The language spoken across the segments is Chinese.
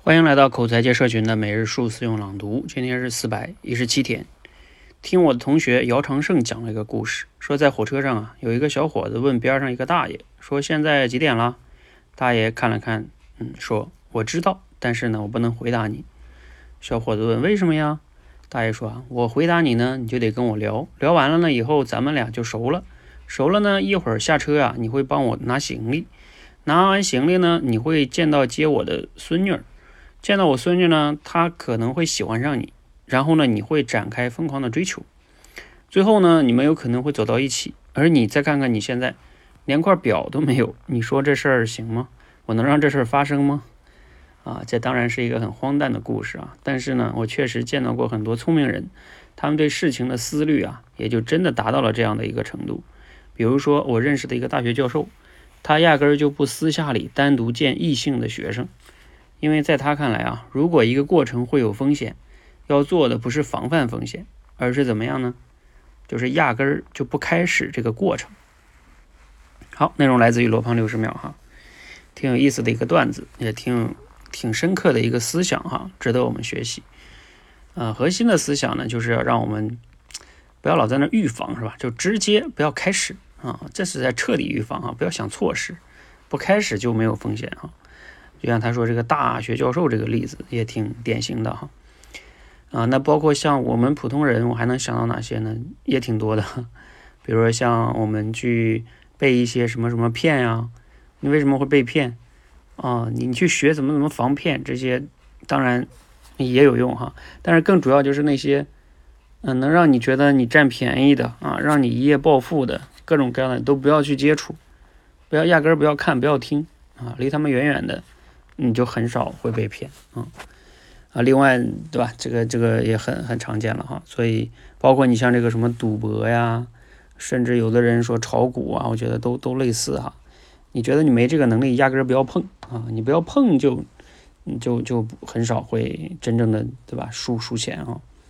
欢迎来到口才界社群的每日数次用朗读，今天是417天。听我的同学姚长胜讲了一个故事，说在火车上有一个小伙子问边上一个大爷，说现在几点了？大爷看了看，说我知道，但是呢，我不能回答你。小伙子问为什么呀？大爷说我回答你呢，你就得跟我聊，聊完了呢以后咱们俩就熟了，熟了呢一会儿下车你会帮我拿行李，拿完行李呢你会见到接我的孙女儿。见到我孙女呢，她可能会喜欢上你，然后呢，你会展开疯狂的追求，最后呢，你们有可能会走到一起。而你再看看你现在，连块表都没有，你说这事儿行吗？我能让这事儿发生吗？这当然是一个很荒诞的故事但是呢，我确实见到过很多聪明人，他们对事情的思虑也就真的达到了这样的一个程度。比如说，我认识的一个大学教授，他压根儿就不私下里单独见异性的学生。因为在他看来如果一个过程会有风险，要做的不是防范风险，而是怎么样呢？就是压根儿就不开始这个过程。好，内容来自于罗胖60秒挺有意思的一个段子，也挺深刻的一个思想值得我们学习。核心的思想呢，就是要让我们不要老在那预防，是吧？就直接不要开始这是在彻底预防不要想错事，不开始就没有风险就像他说这个大学教授这个例子也挺典型的那包括像我们普通人，我还能想到哪些呢？也挺多的，比如说像我们去背一些什么什么骗你为什么会被骗你去学怎么防骗，这些当然也有用但是更主要就是那些能让你觉得你占便宜的让你一夜暴富的各种各样的都不要去接触，压根儿不要看，不要听离他们远远的，你就很少会被骗另外对吧，这个也很常见了所以包括你像这个什么赌博呀，甚至有的人说炒股我觉得都类似你觉得你没这个能力，压根儿不要碰你不要碰就很少会真正的对吧输钱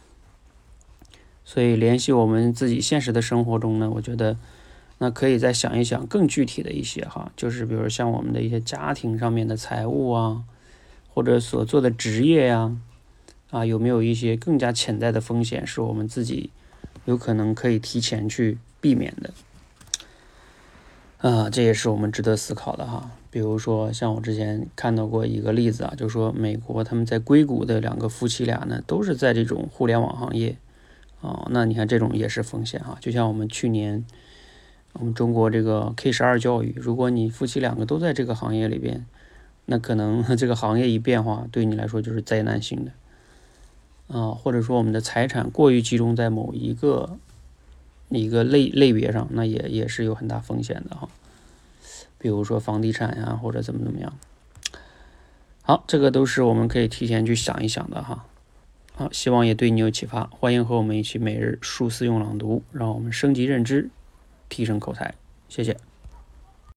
所以联系我们自己现实的生活中呢，我觉得那可以再想一想更具体的一些就是比如像我们的一些家庭上面的财务或者所做的职业有没有一些更加潜在的风险是我们自己有可能可以提前去避免的这也是我们值得思考的比如说像我之前看到过一个例子就是说美国他们在硅谷的2个夫妻俩呢都是在这种互联网行业那你看这种也是风险就像我们去年我们中国这个 K12 教育，如果你夫妻2个都在这个行业里边，那可能这个行业一变化对你来说就是灾难性的或者说我们的财产过于集中在某一个类别上，那也是有很大风险的比如说房地产或者怎么样。好，这个都是我们可以提前去想一想的好，希望也对你有启发。欢迎和我们一起每日数次用朗读，让我们升级认知，提升口才。谢谢。